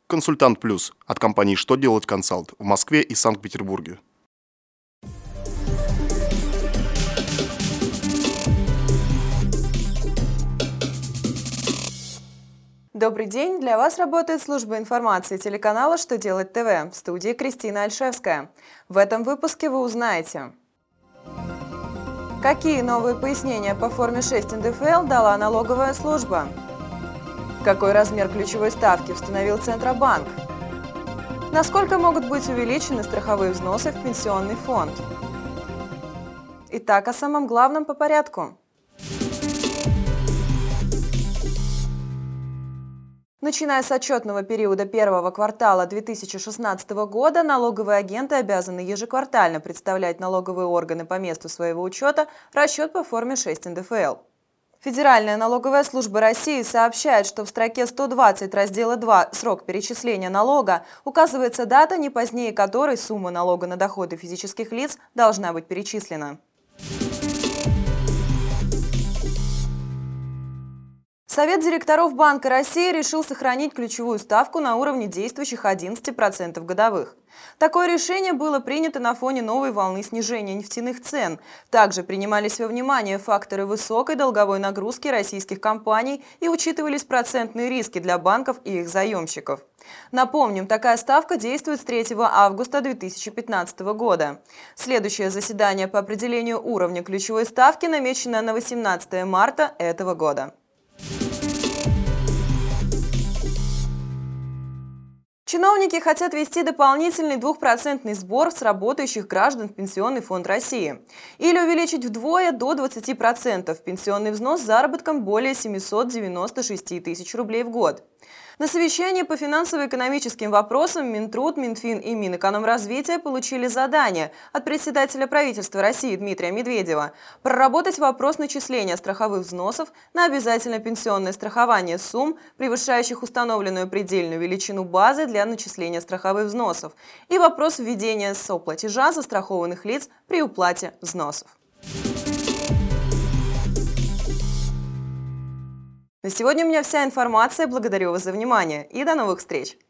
Консультант Плюс от компании «Что делать консалт» в Москве и Санкт-Петербурге. Добрый день! Для вас работает служба информации телеканала «Что делать ТВ» в студии Кристина Альшевская. В этом выпуске вы узнаете: какие новые пояснения по форме 6 НДФЛ дала налоговая служба? Какой размер ключевой ставки установил Центробанк? Насколько могут быть увеличены страховые взносы в пенсионный фонд? Итак, о самом главном по порядку. Начиная с отчетного периода первого квартала 2016 года, налоговые агенты обязаны ежеквартально представлять налоговые органы по месту своего учета расчет по форме 6 НДФЛ. Федеральная налоговая служба России сообщает, что в строке 120 раздела 2 «Срок перечисления налога» указывается дата, не позднее которой сумма налога на доходы физических лиц должна быть перечислена. Совет директоров Банка России решил сохранить ключевую ставку на уровне действующих 11% годовых. Такое решение было принято на фоне новой волны снижения нефтяных цен. Также принимались во внимание факторы высокой долговой нагрузки российских компаний и учитывались процентные риски для банков и их заемщиков. Напомним, такая ставка действует с 3 августа 2015 года. Следующее заседание по определению уровня ключевой ставки намечено на 18 марта этого года. Чиновники хотят ввести дополнительный 2% сбор с работающих граждан в Пенсионный фонд России или увеличить вдвое до 20% пенсионный взнос с заработком более 796 тысяч рублей в год. На совещании по финансово-экономическим вопросам Минтруд, Минфин и Минэкономразвития получили задание от председателя правительства России Дмитрия Медведева проработать вопрос начисления страховых взносов на обязательное пенсионное страхование сумм, превышающих установленную предельную величину базы для начисления страховых взносов, и вопрос введения соплатежа застрахованных лиц при уплате взносов. На сегодня у меня вся информация. Благодарю вас за внимание и до новых встреч!